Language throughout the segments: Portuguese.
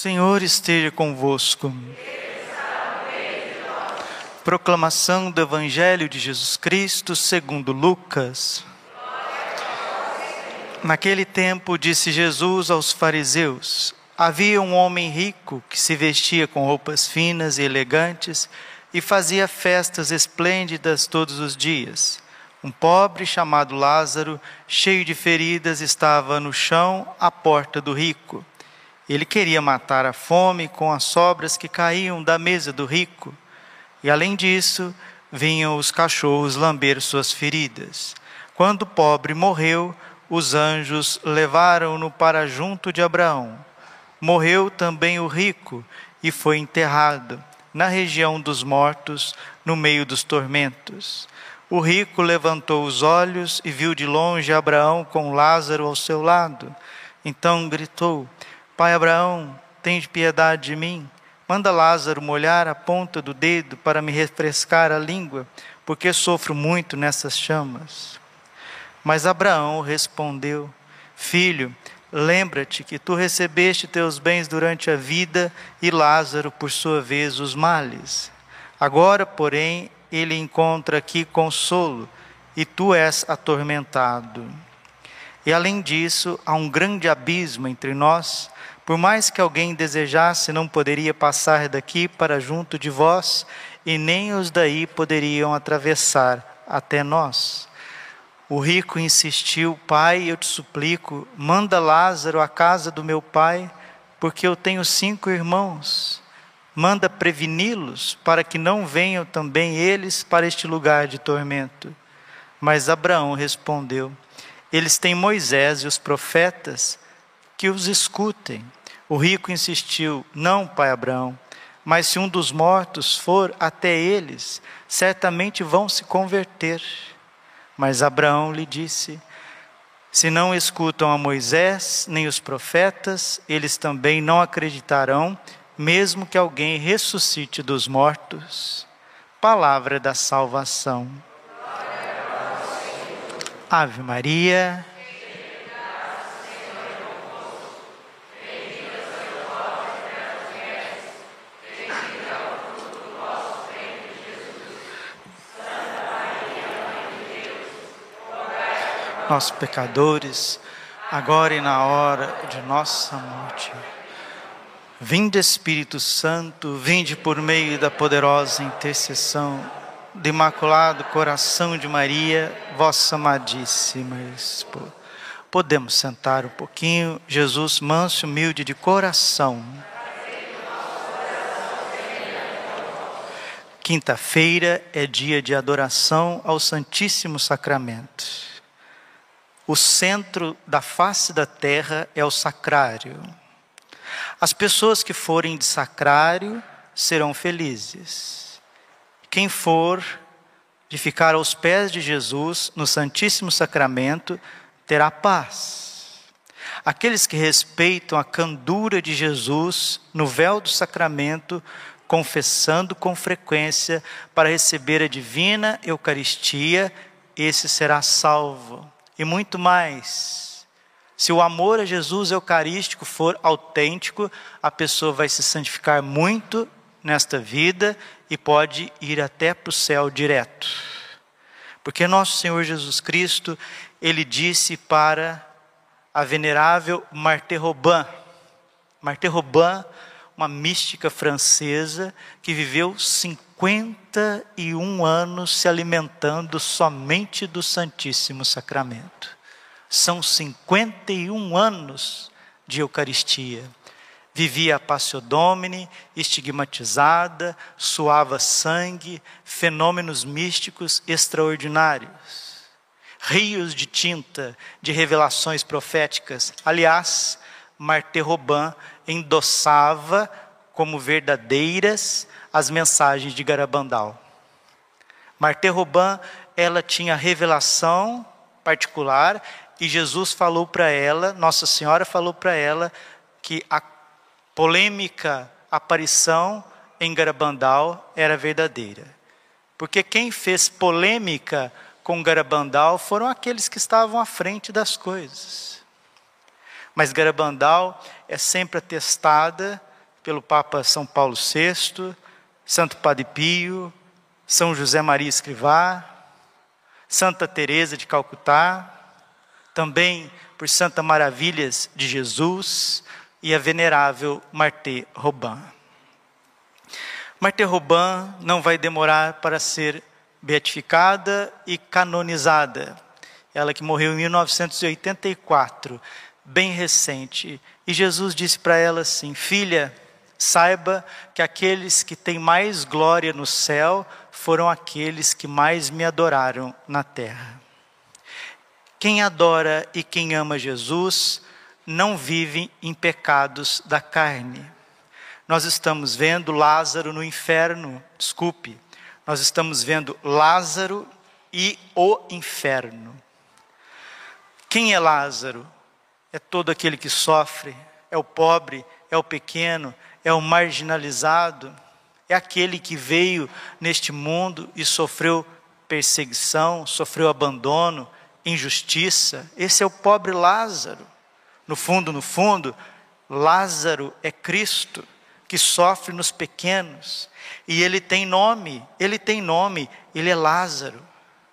Senhor esteja convosco. Proclamação do Evangelho de Jesus Cristo segundo Lucas. Naquele tempo disse Jesus aos fariseus: havia um homem rico que se vestia com roupas finas e elegantes e fazia festas esplêndidas todos os dias. Um pobre chamado Lázaro, cheio de feridas, estava no chão à porta do rico. Ele queria matar a fome com as sobras que caíam da mesa do rico. E além disso, vinham os cachorros lamber suas feridas. Quando o pobre morreu, os anjos levaram-no para junto de Abraão. Morreu também o rico e foi enterrado na região dos mortos, no meio dos tormentos. O rico levantou os olhos e viu de longe Abraão com Lázaro ao seu lado. Então gritou: Pai Abraão, tende piedade de mim. Manda Lázaro molhar a ponta do dedo para me refrescar a língua, porque sofro muito nessas chamas. Mas Abraão respondeu: Filho, lembra-te que tu recebeste teus bens durante a vida e Lázaro, por sua vez, os males. Agora, porém, ele encontra aqui consolo e tu és atormentado. E além disso, há um grande abismo entre nós. Por mais que alguém desejasse, não poderia passar daqui para junto de vós, e nem os daí poderiam atravessar até nós. O rico insistiu: Pai, eu te suplico, manda Lázaro à casa do meu pai, porque eu tenho 5 irmãos. Manda preveni-los, para que não venham também eles para este lugar de tormento. Mas Abraão respondeu: Eles têm Moisés e os profetas, que os escutem. O rico insistiu: Não, pai Abraão, mas se um dos mortos for até eles, certamente vão se converter. Mas Abraão lhe disse: Se não escutam a Moisés nem os profetas, eles também não acreditarão, mesmo que alguém ressuscite dos mortos. Palavra da salvação. Ave Maria. Nós pecadores, agora e na hora de nossa morte. Vinde Espírito Santo, vinde por meio da poderosa intercessão do Imaculado Coração de Maria, vossa amadíssima esposa. Podemos sentar um pouquinho. Jesus, manso e humilde de coração. Quinta-feira é dia de adoração ao Santíssimo Sacramento. O centro da face da terra é o sacrário. As pessoas que forem de sacrário serão felizes. Quem for de ficar aos pés de Jesus no Santíssimo Sacramento terá paz. Aqueles que respeitam a candura de Jesus no véu do sacramento, confessando com frequência para receber a divina Eucaristia, esse será salvo. E muito mais, se o amor a Jesus eucarístico for autêntico, a pessoa vai se santificar muito nesta vida e pode ir até para o céu direto. Porque nosso Senhor Jesus Cristo, Ele disse para a venerável Marthe Robin, uma mística francesa que viveu 51 anos se alimentando somente do Santíssimo Sacramento. São 51 anos de Eucaristia. Vivia a Passio Domini, estigmatizada, suava sangue, fenômenos místicos extraordinários. Rios de tinta, de revelações proféticas. Aliás, Marthe Robin endossava como verdadeiras as mensagens de Garabandal. Marthe Robin, ela tinha revelação particular e Jesus falou para ela, Nossa Senhora falou para ela que a polêmica aparição em Garabandal era verdadeira. Porque quem fez polêmica com Garabandal foram aqueles que estavam à frente das coisas. Mas Garabandal é sempre atestada pelo Papa São Paulo VI, Santo Padre Pio, São José Maria Escrivá, Santa Teresa de Calcutá, também por Santa Maravilhas de Jesus e a venerável Marthe Robin. Marthe Robin não vai demorar para ser beatificada e canonizada. Ela que morreu em 1984, bem recente. E Jesus disse para ela assim: filha, saiba que aqueles que têm mais glória no céu foram aqueles que mais me adoraram na terra. Quem adora e quem ama Jesus não vive em pecados da carne. Nós estamos vendo Lázaro no inferno, nós estamos vendo Lázaro e o inferno. Quem é Lázaro? É todo aquele que sofre, é o pobre, é o pequeno, é o marginalizado, é aquele que veio neste mundo e sofreu perseguição, sofreu abandono, injustiça. Esse é o pobre Lázaro. No fundo, Lázaro é Cristo, que sofre nos pequenos. E ele tem nome, ele é Lázaro.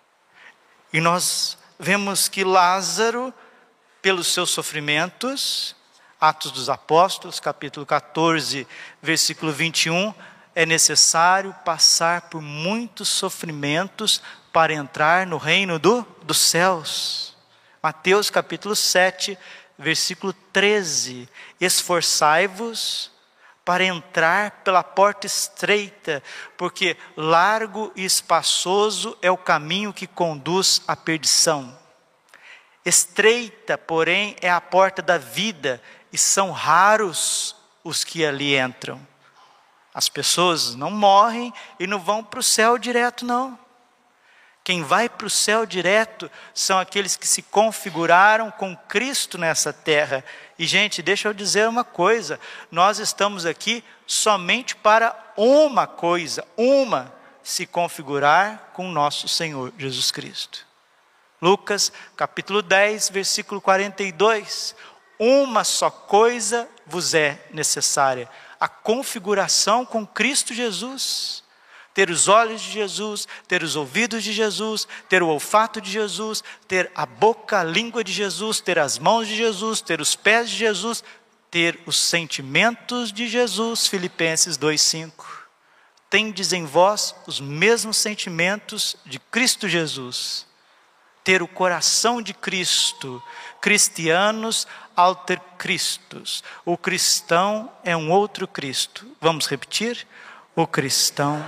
E nós vemos que Lázaro, pelos seus sofrimentos, Atos dos Apóstolos, capítulo 14, versículo 21, é necessário passar por muitos sofrimentos para entrar no reino dos céus. Mateus capítulo 7, versículo 13, esforçai-vos para entrar pela porta estreita, porque largo e espaçoso é o caminho que conduz à perdição. Estreita, porém, é a porta da vida, e são raros os que ali entram. As pessoas não morrem e não vão para o céu direto, não. Quem vai para o céu direto são aqueles que se configuraram com Cristo nessa terra. E, gente, deixa eu dizer uma coisa: nós estamos aqui somente para uma coisa, se configurar com o nosso Senhor Jesus Cristo. Lucas, capítulo 10, versículo 42. Uma só coisa vos é necessária: a configuração com Cristo Jesus. Ter os olhos de Jesus, ter os ouvidos de Jesus, ter o olfato de Jesus, ter a boca, a língua de Jesus, ter as mãos de Jesus, ter os pés de Jesus, ter os sentimentos de Jesus. Filipenses 2,5. Tendes em vós os mesmos sentimentos de Cristo Jesus. Ter o coração de Cristo. Cristianos alter Christus. O cristão é um outro Cristo. Vamos repetir? O cristão.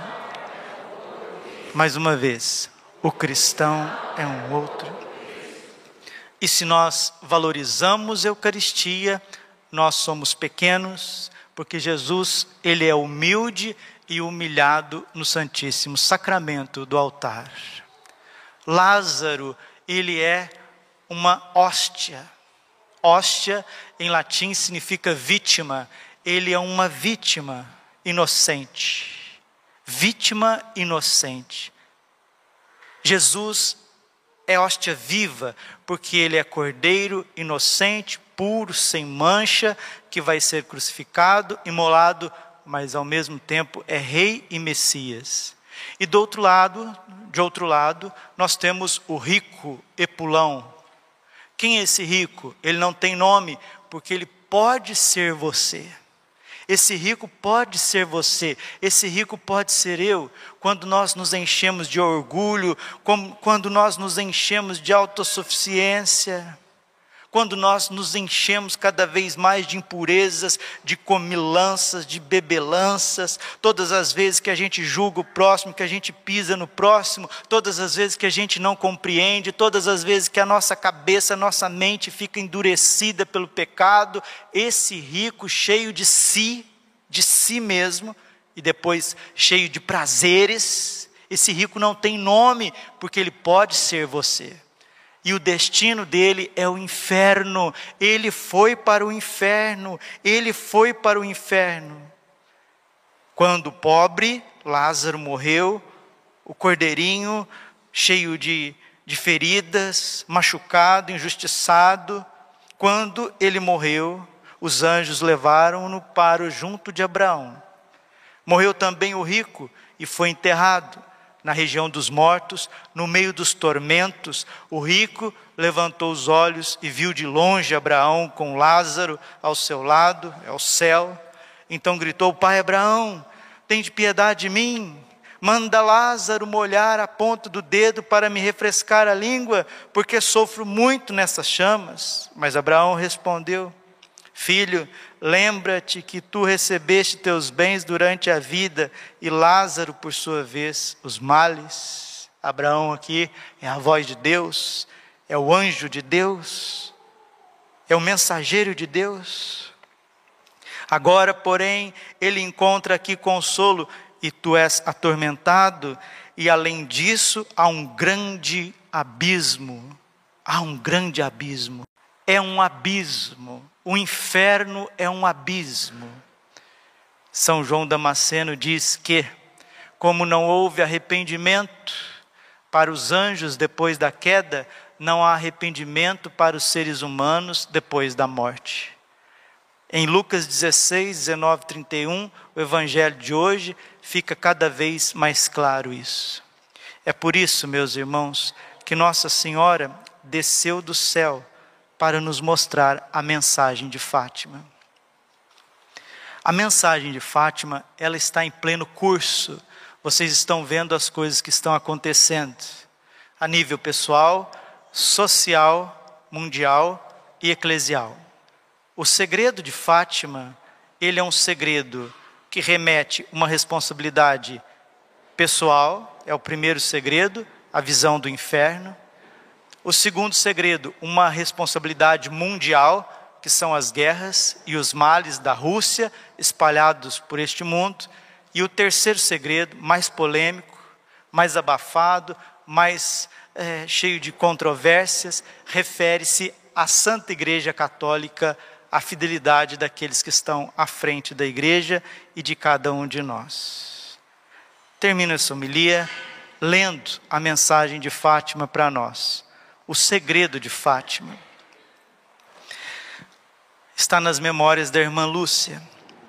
Mais uma vez. O cristão é um outro. E se nós valorizamos a Eucaristia, nós somos pequenos, porque Jesus, ele é humilde e humilhado no Santíssimo Sacramento do altar. Lázaro, ele é uma hóstia. Hóstia, em latim, significa vítima. Ele é uma vítima inocente. Vítima inocente. Jesus é hóstia viva, porque ele é cordeiro inocente, puro, sem mancha, que vai ser crucificado, imolado, mas ao mesmo tempo é rei e Messias. E de outro lado, nós temos o rico Epulão. Quem é esse rico? Ele não tem nome, porque ele pode ser você. Esse rico pode ser você, esse rico pode ser eu, quando nós nos enchemos de orgulho, quando nós nos enchemos de autossuficiência, quando nós nos enchemos cada vez mais de impurezas, de comilanças, de bebelanças, todas as vezes que a gente julga o próximo, que a gente pisa no próximo, todas as vezes que a gente não compreende, todas as vezes que a nossa cabeça, a nossa mente fica endurecida pelo pecado, esse rico cheio de si mesmo, e depois cheio de prazeres, esse rico não tem nome, porque ele pode ser você. E o destino dele é o inferno. Ele foi para o inferno. Quando o pobre Lázaro morreu, o cordeirinho cheio de feridas, machucado, injustiçado, quando ele morreu, os anjos levaram-no para junto de Abraão. Morreu também o rico e foi enterrado na região dos mortos, no meio dos tormentos. O rico levantou os olhos e viu de longe Abraão com Lázaro ao seu lado, ao céu. Então gritou: Pai Abraão, tem de piedade de mim. Manda Lázaro molhar a ponta do dedo para me refrescar a língua, porque sofro muito nessas chamas. Mas Abraão respondeu: Filho, lembra-te que tu recebeste teus bens durante a vida, e Lázaro, por sua vez, os males. Abraão aqui é a voz de Deus, é o anjo de Deus, é o mensageiro de Deus. Agora, porém, ele encontra aqui consolo, e tu és atormentado, e além disso, há um grande abismo. Há um grande abismo. É um abismo. O inferno é um abismo. São João Damasceno diz que, como não houve arrependimento para os anjos depois da queda, não há arrependimento para os seres humanos depois da morte. Em Lucas 16, 19, 31, o evangelho de hoje, fica cada vez mais claro isso. É por isso, meus irmãos, que Nossa Senhora desceu do céu para nos mostrar a mensagem de Fátima. A mensagem de Fátima, ela está em pleno curso. Vocês estão vendo as coisas que estão acontecendo a nível pessoal, social, mundial e eclesial. O segredo de Fátima, ele é um segredo que remete uma responsabilidade pessoal, é o primeiro segredo, a visão do inferno. O segundo segredo, uma responsabilidade mundial, que são as guerras e os males da Rússia espalhados por este mundo. E o terceiro segredo, mais polêmico, mais abafado, mais cheio de controvérsias, refere-se à Santa Igreja Católica, a fidelidade daqueles que estão à frente da igreja e de cada um de nós. Termino essa homilia lendo a mensagem de Fátima para nós. O segredo de Fátima está nas memórias da irmã Lúcia.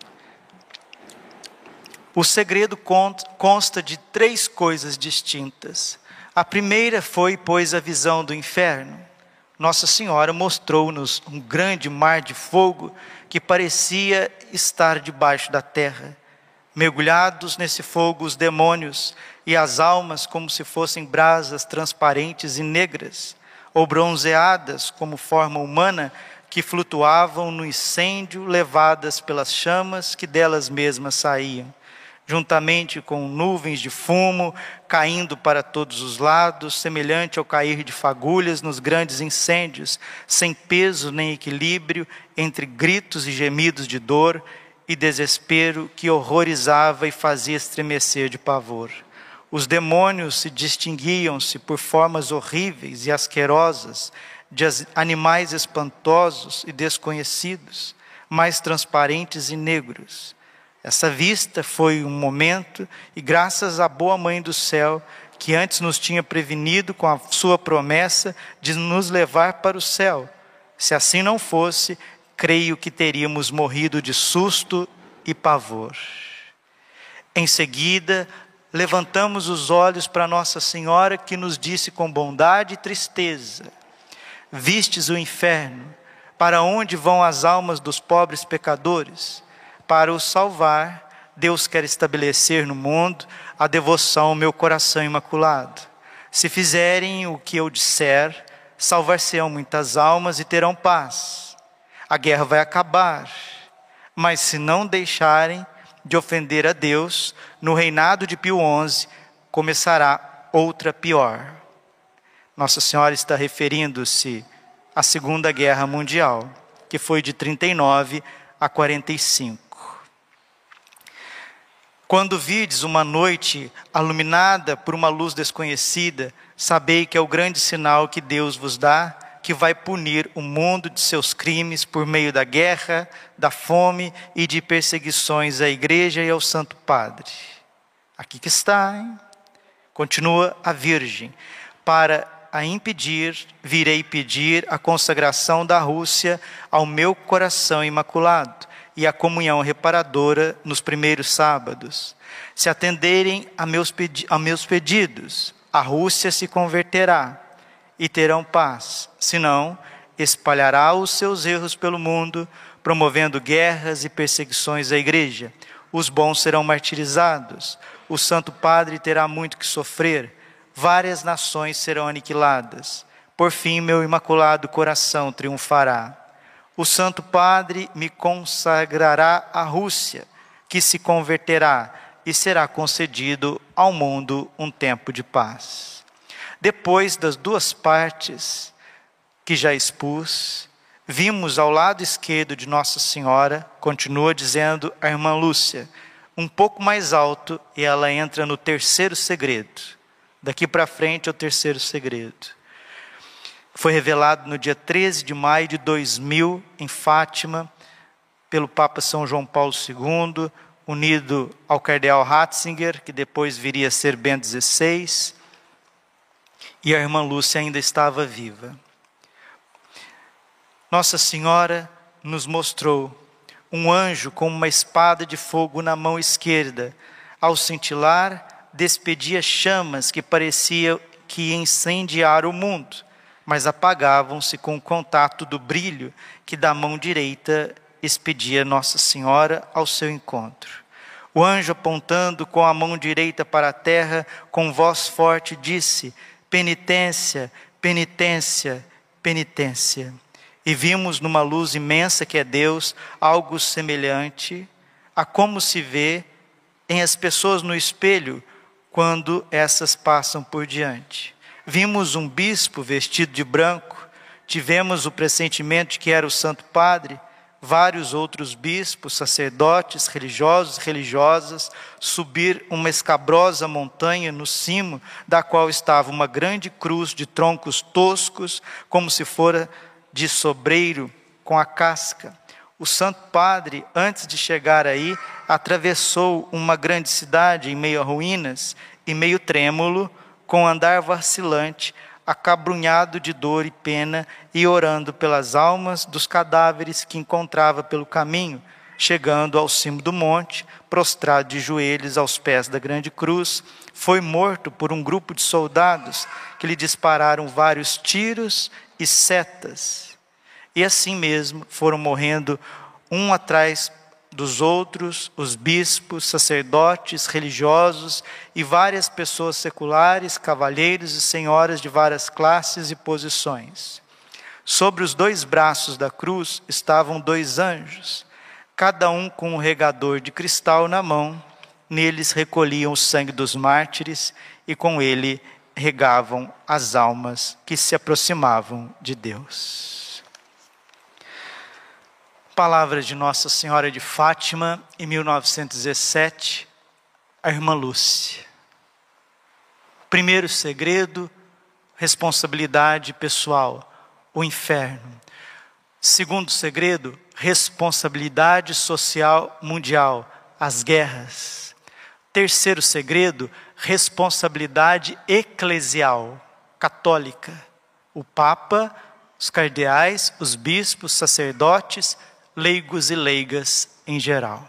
O segredo consta de 3 coisas distintas. A primeira foi, pois, a visão do inferno. Nossa Senhora mostrou-nos um grande mar de fogo que parecia estar debaixo da terra. Mergulhados nesse fogo os demônios e as almas como se fossem brasas transparentes e negras, ou bronzeadas como forma humana, que flutuavam no incêndio, levadas pelas chamas que delas mesmas saíam, juntamente com nuvens de fumo, caindo para todos os lados, semelhante ao cair de fagulhas nos grandes incêndios, sem peso nem equilíbrio, entre gritos e gemidos de dor e desespero que horrorizava e fazia estremecer de pavor. Os demônios se distinguiam-se por formas horríveis e asquerosas, de animais espantosos e desconhecidos, mais transparentes e negros. Essa vista foi um momento, e graças à boa Mãe do Céu, que antes nos tinha prevenido com a sua promessa de nos levar para o céu. Se assim não fosse, creio que teríamos morrido de susto e pavor. Em seguida, levantamos os olhos para Nossa Senhora, que nos disse com bondade e tristeza: vistes o inferno, para onde vão as almas dos pobres pecadores? Para os salvar, Deus quer estabelecer no mundo a devoção ao meu coração imaculado. Se fizerem o que eu disser, salvar-se-ão muitas almas e terão paz. A guerra vai acabar, mas se não deixarem de ofender a Deus, no reinado de Pio XI começará outra pior. Nossa Senhora está referindo-se à Segunda Guerra Mundial, que foi de 39 a 45. Quando vides uma noite iluminada por uma luz desconhecida, sabei que é o grande sinal que Deus vos dá, que vai punir o mundo de seus crimes por meio da guerra, da fome e de perseguições à igreja e ao Santo Padre. Aqui que está, hein? Continua a Virgem, para a impedir, virei pedir a consagração da Rússia ao meu coração imaculado e a comunhão reparadora nos primeiros sábados. Se atenderem a meus pedidos, a Rússia se converterá e terão paz. Senão, espalhará os seus erros pelo mundo, promovendo guerras e perseguições à igreja. Os bons serão martirizados. O Santo Padre terá muito que sofrer. Várias nações serão aniquiladas. Por fim, meu imaculado coração triunfará. O Santo Padre me consagrará à Rússia, que se converterá, e será concedido ao mundo um tempo de paz. Depois das duas partes que já expus, vimos ao lado esquerdo de Nossa Senhora, continua dizendo a irmã Lúcia, um pouco mais alto, e ela entra no terceiro segredo. Daqui para frente é o terceiro segredo. Foi revelado no dia 13 de maio de 2000, em Fátima, pelo Papa São João Paulo II, unido ao cardeal Ratzinger, que depois viria a ser Bento XVI, e a irmã Lúcia ainda estava viva. Nossa Senhora nos mostrou um anjo com uma espada de fogo na mão esquerda. Ao cintilar, despedia chamas que parecia que incendiaram o mundo, mas apagavam-se com o contato do brilho que da mão direita expedia Nossa Senhora ao seu encontro. O anjo, apontando com a mão direita para a terra, com voz forte disse: penitência, penitência, penitência. E vimos numa luz imensa que é Deus, algo semelhante a como se vê em as pessoas no espelho quando essas passam por diante. Vimos um bispo vestido de branco, tivemos o pressentimento de que era o Santo Padre, vários outros bispos, sacerdotes, religiosos, religiosas, subir uma escabrosa montanha no cimo da qual estava uma grande cruz de troncos toscos, como se fora de sobreiro com a casca. O Santo Padre, antes de chegar aí, atravessou uma grande cidade em meio a ruínas e meio trêmulo, com andar vacilante, acabrunhado de dor e pena e orando pelas almas dos cadáveres que encontrava pelo caminho, chegando ao cimo do monte, prostrado de joelhos aos pés da grande cruz, foi morto por um grupo de soldados que lhe dispararam vários tiros e setas. E assim mesmo foram morrendo um atrás dos outros, os bispos, sacerdotes, religiosos e várias pessoas seculares, cavalheiros e senhoras de várias classes e posições. Sobre os dois braços da cruz estavam dois anjos, cada um com um regador de cristal na mão. Neles recolhiam o sangue dos mártires e com ele regavam as almas que se aproximavam de Deus. Palavras de Nossa Senhora de Fátima, em 1917, a irmã Lúcia. Primeiro segredo, responsabilidade pessoal, o inferno. Segundo segredo, responsabilidade social mundial, as guerras. Terceiro segredo, responsabilidade eclesial, católica, o Papa, os cardeais, os bispos, sacerdotes, leigos e leigas em geral.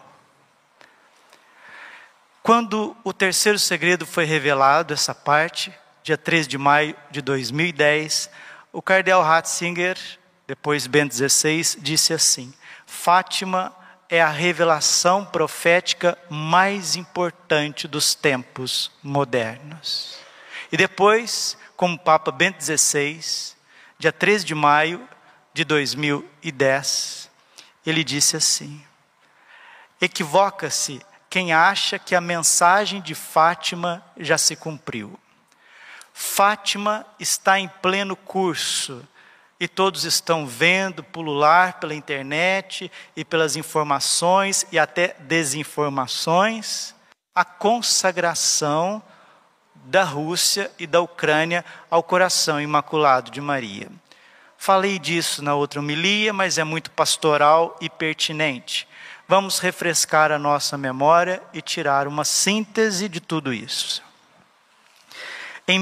Quando o terceiro segredo foi revelado, essa parte, dia 13 de maio de 2010, o cardeal Ratzinger, depois Bento XVI, disse assim: Fátima é a revelação profética mais importante dos tempos modernos. E depois, como Papa Bento XVI, dia 13 de maio de 2010, ele disse assim: equivoca-se quem acha que a mensagem de Fátima já se cumpriu. Fátima está em pleno curso e todos estão vendo pulular pela internet e pelas informações e até desinformações a consagração da Rússia e da Ucrânia ao coração imaculado de Maria. Falei disso na outra homilia, mas é muito pastoral e pertinente. Vamos refrescar a nossa memória e tirar uma síntese de tudo isso. Em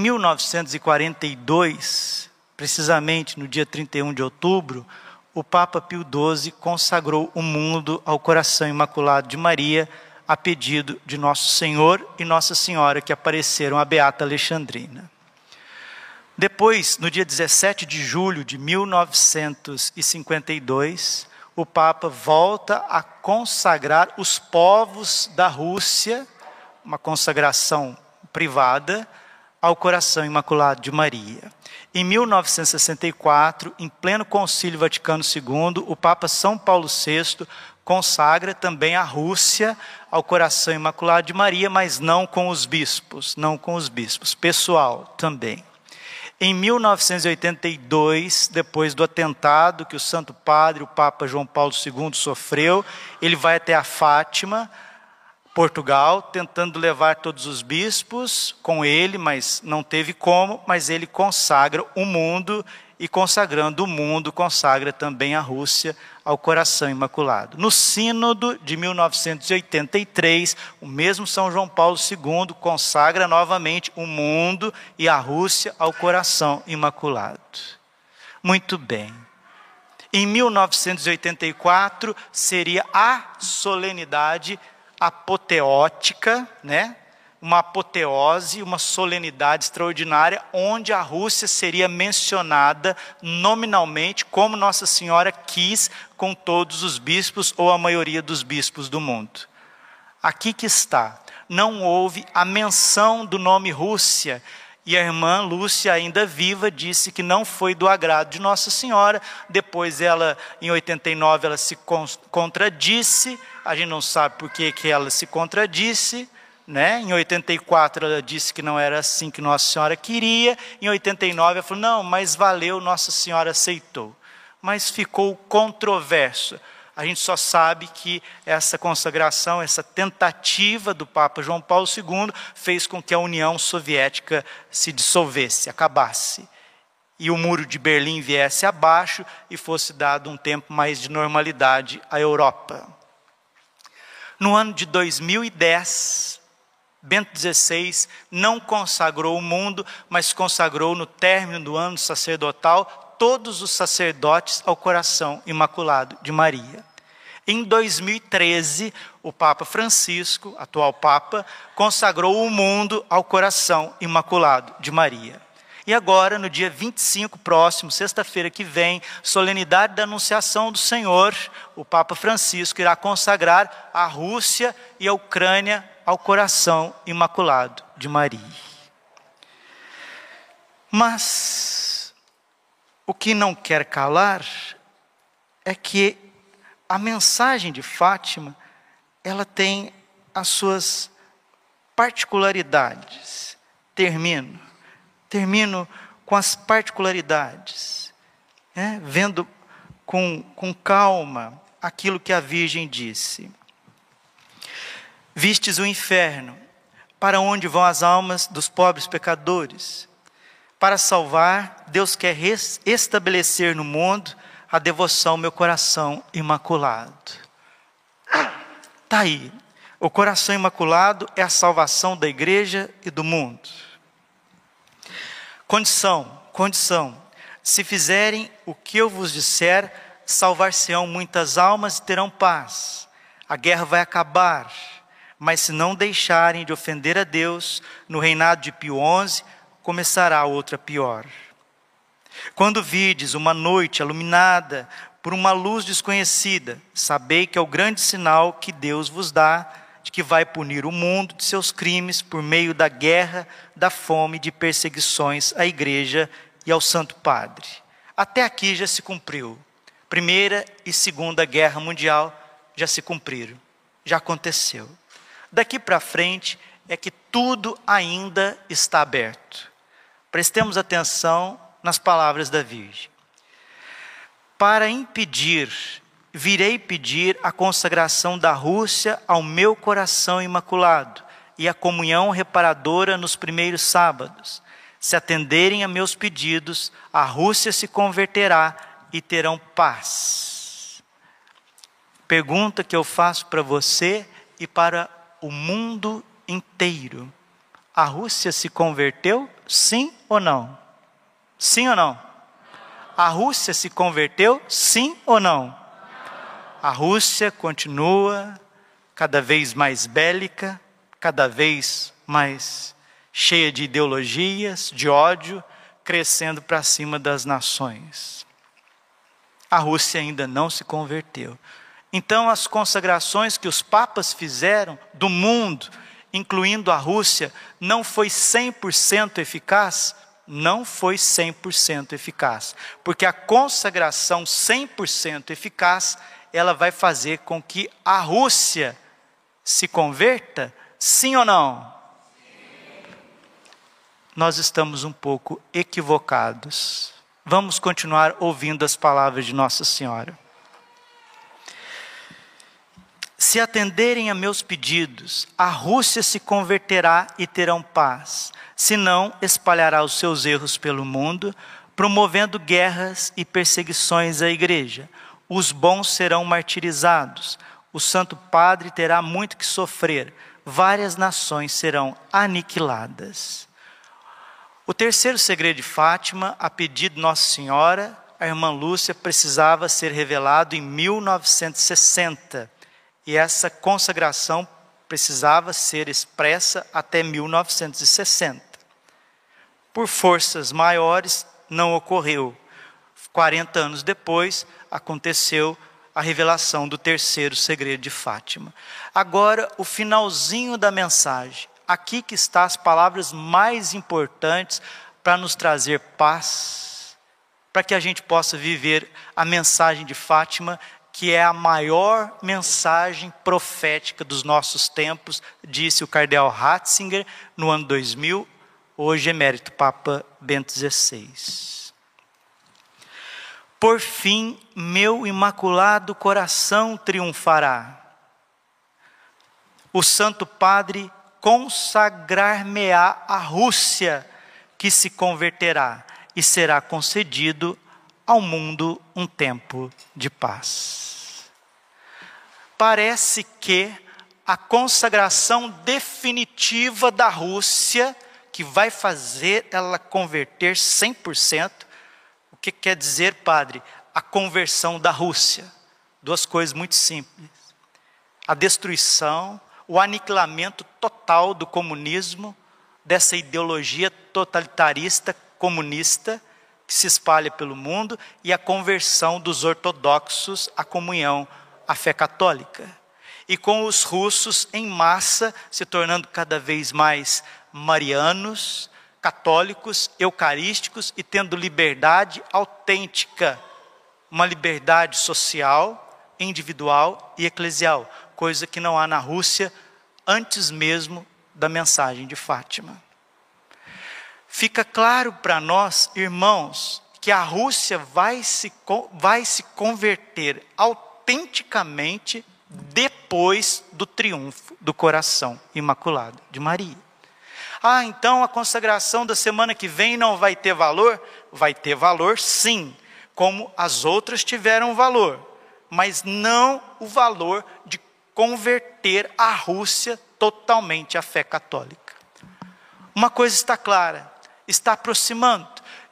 1942, precisamente no dia 31 de outubro, o Papa Pio XII consagrou o mundo ao coração imaculado de Maria, a pedido de Nosso Senhor e Nossa Senhora que apareceram à Beata Alexandrina. Depois, no dia 17 de julho de 1952, o Papa volta a consagrar os povos da Rússia, uma consagração privada, ao coração imaculado de Maria. Em 1964, em pleno Concílio Vaticano II, o Papa São Paulo VI consagra também a Rússia ao coração imaculado de Maria, mas não com os bispos, pessoal também. Em 1982, depois do atentado que o Santo Padre, o Papa João Paulo II, sofreu, ele vai até a Fátima, Portugal, tentando levar todos os bispos com ele, mas não teve como, mas ele consagra o mundo, e consagrando o mundo, consagra também a Rússia ao coração imaculado. No sínodo de 1983, o mesmo São João Paulo II consagra novamente o mundo e a Rússia ao coração imaculado. Muito bem. Em 1984, seria a solenidade apoteótica, né? Uma apoteose, uma solenidade extraordinária, onde a Rússia seria mencionada nominalmente, como Nossa Senhora quis, com todos os bispos ou a maioria dos bispos do mundo. Aqui que está, não houve a menção do nome Rússia, e a irmã Lúcia, ainda viva, disse que não foi do agrado de Nossa Senhora. Depois ela, em 89, ela se contradisse, a gente não sabe por que ela se contradisse, né? Em 84 ela disse que não era assim que Nossa Senhora queria, em 89 ela falou, não, mas valeu, Nossa Senhora aceitou. Mas ficou controverso. A gente só sabe que essa consagração, essa tentativa do Papa João Paulo II fez com que a União Soviética se dissolvesse, acabasse. E o muro de Berlim viesse abaixo e fosse dado um tempo mais de normalidade à Europa. No ano de 2010, Bento XVI não consagrou o mundo, mas consagrou no término do ano sacerdotal todos os sacerdotes ao coração imaculado de Maria. Em 2013, o Papa Francisco, atual Papa, consagrou o mundo ao coração imaculado de Maria. E agora, no dia 25 próximo, sexta-feira que vem, solenidade da Anunciação do Senhor, o Papa Francisco irá consagrar a Rússia e a Ucrânia ao coração imaculado de Maria. Mas o que não quer calar é que a mensagem de Fátima, ela tem as suas particularidades. Termino com as particularidades, né? Vendo com calma aquilo que a Virgem disse. Vistes o inferno, para onde vão as almas dos pobres pecadores? Para salvar, Deus quer estabelecer no mundo a devoção ao meu coração imaculado. Está aí. O coração imaculado é a salvação da igreja e do mundo. Condição. Se fizerem o que eu vos disser, salvar-se-ão muitas almas e terão paz. A guerra vai acabar. Mas se não deixarem de ofender a Deus, no reinado de Pio XI, começará outra pior. Quando virdes uma noite iluminada por uma luz desconhecida, sabei que é o grande sinal que Deus vos dá, de que vai punir o mundo de seus crimes por meio da guerra, da fome e de perseguições à igreja e ao Santo Padre. Até aqui já se cumpriu. Primeira e Segunda Guerra Mundial já se cumpriram, já aconteceu. Daqui para frente é que tudo ainda está aberto. Prestemos atenção nas palavras da Virgem. Para impedir, virei pedir a consagração da Rússia ao meu coração imaculado e a comunhão reparadora nos primeiros sábados. Se atenderem a meus pedidos, a Rússia se converterá e terão paz. Pergunta que eu faço para você e para o mundo inteiro. A Rússia se converteu? Sim ou não? Sim ou não? A Rússia se converteu? Sim ou não? A Rússia continua cada vez mais bélica, cada vez mais cheia de ideologias, de ódio, crescendo para cima das nações. A Rússia ainda não se converteu. Então, as consagrações que os papas fizeram do mundo, incluindo a Rússia, não foi 100% eficaz? Não foi 100% eficaz. Porque a consagração 100% eficaz, ela vai fazer com que a Rússia se converta? Sim ou não? Sim. Nós estamos um pouco equivocados. Vamos continuar ouvindo as palavras de Nossa Senhora. Se atenderem a meus pedidos, a Rússia se converterá e terão paz. Senão, espalhará os seus erros pelo mundo, promovendo guerras e perseguições à igreja. Os bons serão martirizados. O Santo Padre terá muito que sofrer. Várias nações serão aniquiladas. O terceiro segredo de Fátima, a pedido de Nossa Senhora, a irmã Lúcia, precisava ser revelado em 1960. E essa consagração precisava ser expressa até 1960. Por forças maiores, não ocorreu. 40 anos depois, aconteceu a revelação do terceiro segredo de Fátima. Agora, o finalzinho da mensagem. Aqui que está as palavras mais importantes para nos trazer paz, para que a gente possa viver a mensagem de Fátima, que é a maior mensagem profética dos nossos tempos, disse o cardeal Ratzinger no ano 2000, hoje emérito Papa Bento XVI. Por fim, meu imaculado coração triunfará. O Santo Padre consagrar-me-á a Rússia, que se converterá, e será concedido ao mundo um tempo de paz. Parece que a consagração definitiva da Rússia, que vai fazer ela converter 100%, o que quer dizer, padre? A conversão da Rússia. Duas coisas muito simples. A destruição, o aniquilamento total do comunismo, dessa ideologia totalitarista comunista, que se espalha pelo mundo, e a conversão dos ortodoxos à comunhão, à fé católica. E com os russos em massa, se tornando cada vez mais marianos, católicos, eucarísticos, e tendo liberdade autêntica, uma liberdade social, individual e eclesial, coisa que não há na Rússia antes mesmo da mensagem de Fátima. Fica claro para nós, irmãos, que a Rússia vai se converter autenticamente depois do triunfo do coração imaculado de Maria. Ah, então a consagração da semana que vem não vai ter valor? Vai ter valor sim, como as outras tiveram valor, mas não o valor de converter a Rússia totalmente à fé católica. Uma coisa está clara, está aproximando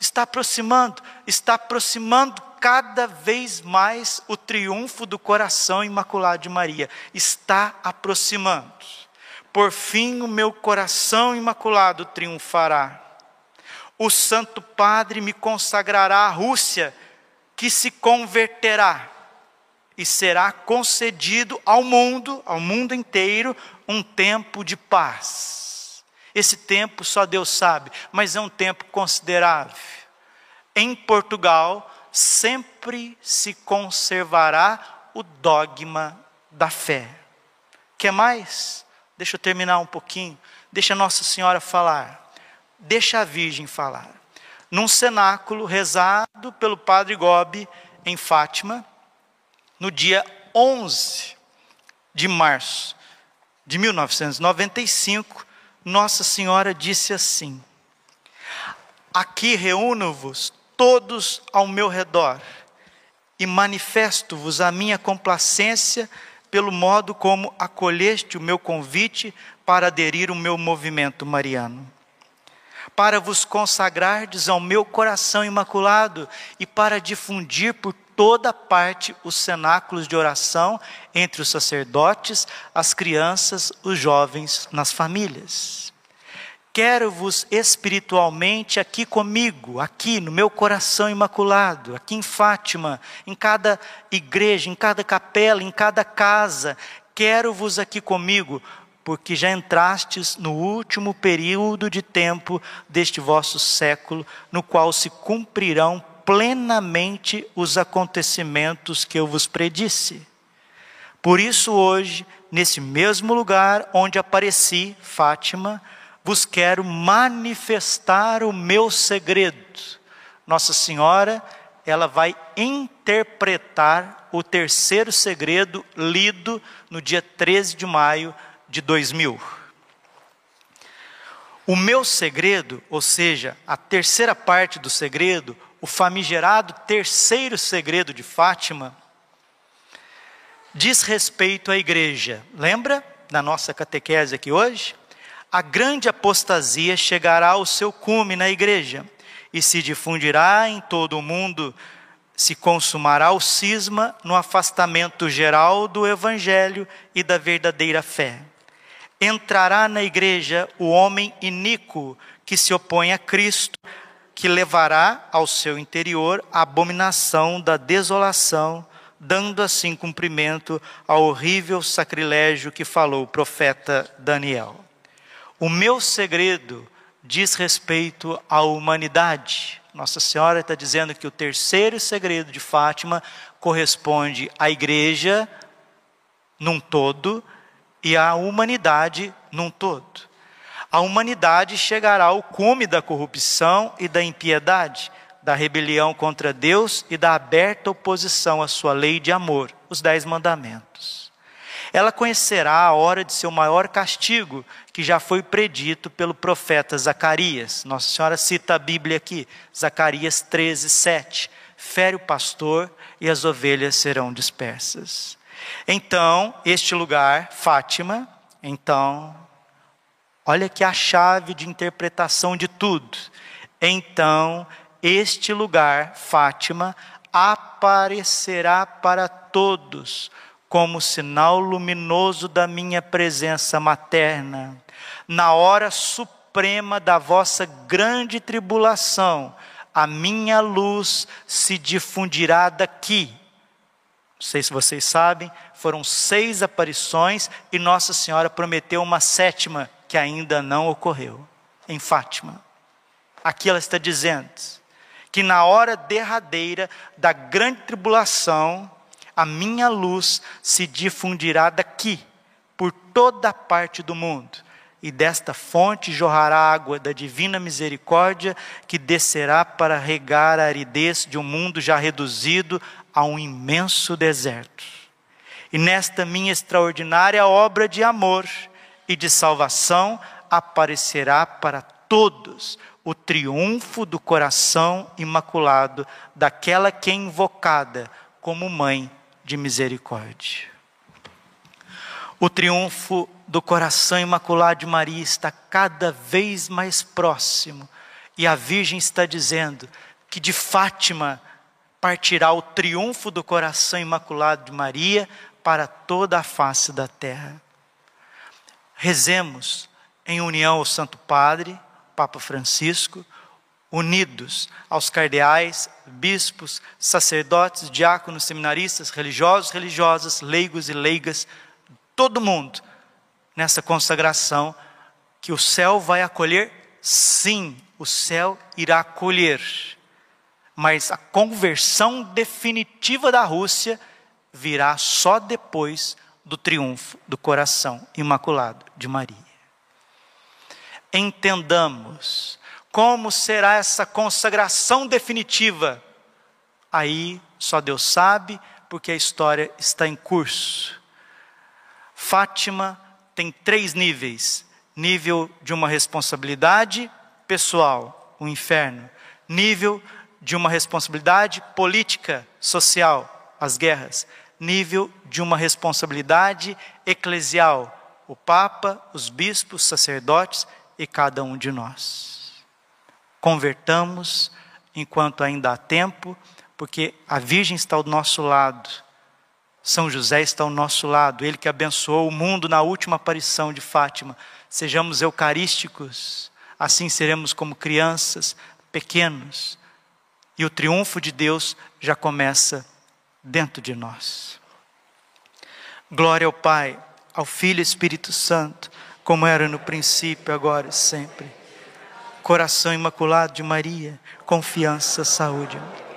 cada vez mais o triunfo do coração imaculado de Maria. Está aproximando. Por fim, o meu coração imaculado triunfará. O Santo Padre me consagrará à Rússia, que se converterá, e será concedido ao mundo inteiro, um tempo de paz. Esse tempo só Deus sabe, mas é um tempo considerável. Em Portugal, sempre se conservará o dogma da fé. Quer mais? Deixa eu terminar um pouquinho. Deixa Nossa Senhora falar. Deixa a Virgem falar. Num cenáculo rezado pelo Padre Gobi em Fátima, no dia 11 de março de 1995, Nossa Senhora disse assim: aqui reúno-vos todos ao meu redor e manifesto-vos a minha complacência pelo modo como acolheste o meu convite para aderir ao meu movimento mariano, para vos consagrardes ao meu coração imaculado e para difundir por toda parte os cenáculos de oração entre os sacerdotes, as crianças, os jovens, nas famílias. Quero-vos espiritualmente aqui comigo, aqui no meu coração imaculado, aqui em Fátima, em cada igreja, em cada capela, em cada casa. Quero-vos aqui comigo, porque já entrastes no último período de tempo deste vosso século, no qual se cumprirão plenamente os acontecimentos que eu vos predisse. Por isso hoje, nesse mesmo lugar onde apareci, Fátima, vos quero manifestar o meu segredo. Nossa Senhora, ela vai interpretar o terceiro segredo lido no dia 13 de maio de 2000. O meu segredo, ou seja, a terceira parte do segredo, o famigerado terceiro segredo de Fátima, diz respeito à igreja. Lembra da nossa catequese aqui hoje? A grande apostasia chegará ao seu cume na igreja e se difundirá em todo o mundo, se consumará o cisma no afastamento geral do evangelho e da verdadeira fé. Entrará na igreja o homem iníquo que se opõe a Cristo, que levará ao seu interior a abominação da desolação, dando assim cumprimento ao horrível sacrilégio que falou o profeta Daniel. O meu segredo diz respeito à humanidade. Nossa Senhora está dizendo que o terceiro segredo de Fátima corresponde à igreja num todo e à humanidade num todo. A humanidade chegará ao cume da corrupção e da impiedade, da rebelião contra Deus e da aberta oposição à sua lei de amor, os 10 mandamentos. Ela conhecerá a hora de seu maior castigo, que já foi predito pelo profeta Zacarias. Nossa Senhora cita a Bíblia aqui, Zacarias 13:7. Fere o pastor e as ovelhas serão dispersas. Então, este lugar, Fátima, olha aqui a chave de interpretação de tudo. Então, este lugar, Fátima, aparecerá para todos, como sinal luminoso da minha presença materna, na hora suprema da vossa grande tribulação, a minha luz se difundirá daqui. Não sei se vocês sabem, foram 6 aparições e Nossa Senhora prometeu uma 7ª que ainda não ocorreu, em Fátima. Aqui ela está dizendo que na hora derradeira da grande tribulação, a minha luz se difundirá daqui, por toda a parte do mundo, e desta fonte jorrará água da divina misericórdia, que descerá para regar a aridez de um mundo já reduzido a um imenso deserto. E nesta minha extraordinária obra de amor e de salvação, aparecerá para todos o triunfo do coração imaculado, daquela que é invocada como mãe de misericórdia. O triunfo do coração imaculado de Maria está cada vez mais próximo, e a Virgem está dizendo que de Fátima partirá o triunfo do coração imaculado de Maria para toda a face da terra. Rezemos em união ao Santo Padre, Papa Francisco, unidos aos cardeais, bispos, sacerdotes, diáconos, seminaristas, religiosos, religiosas, leigos e leigas, todo mundo nessa consagração que o céu vai acolher. Sim, o céu irá acolher, mas a conversão definitiva da Rússia virá só depois do triunfo do coração imaculado de Maria. Entendamos como será essa consagração definitiva. Aí só Deus sabe, porque a história está em curso. Fátima tem 3 níveis. Nível de uma responsabilidade pessoal, o inferno. Nível de uma responsabilidade política, social, as guerras. nível de uma responsabilidade eclesial, o Papa, os bispos, sacerdotes e cada um de nós. Convertamos enquanto ainda há tempo, porque a Virgem está ao nosso lado, São José está ao nosso lado, ele que abençoou o mundo na última aparição de Fátima. Sejamos eucarísticos, assim seremos como crianças, pequenos, e o triunfo de Deus já começa dentro de nós. Glória ao Pai, ao Filho e Espírito Santo, como era no princípio, agora e sempre. Coração imaculado de Maria, confiança, saúde.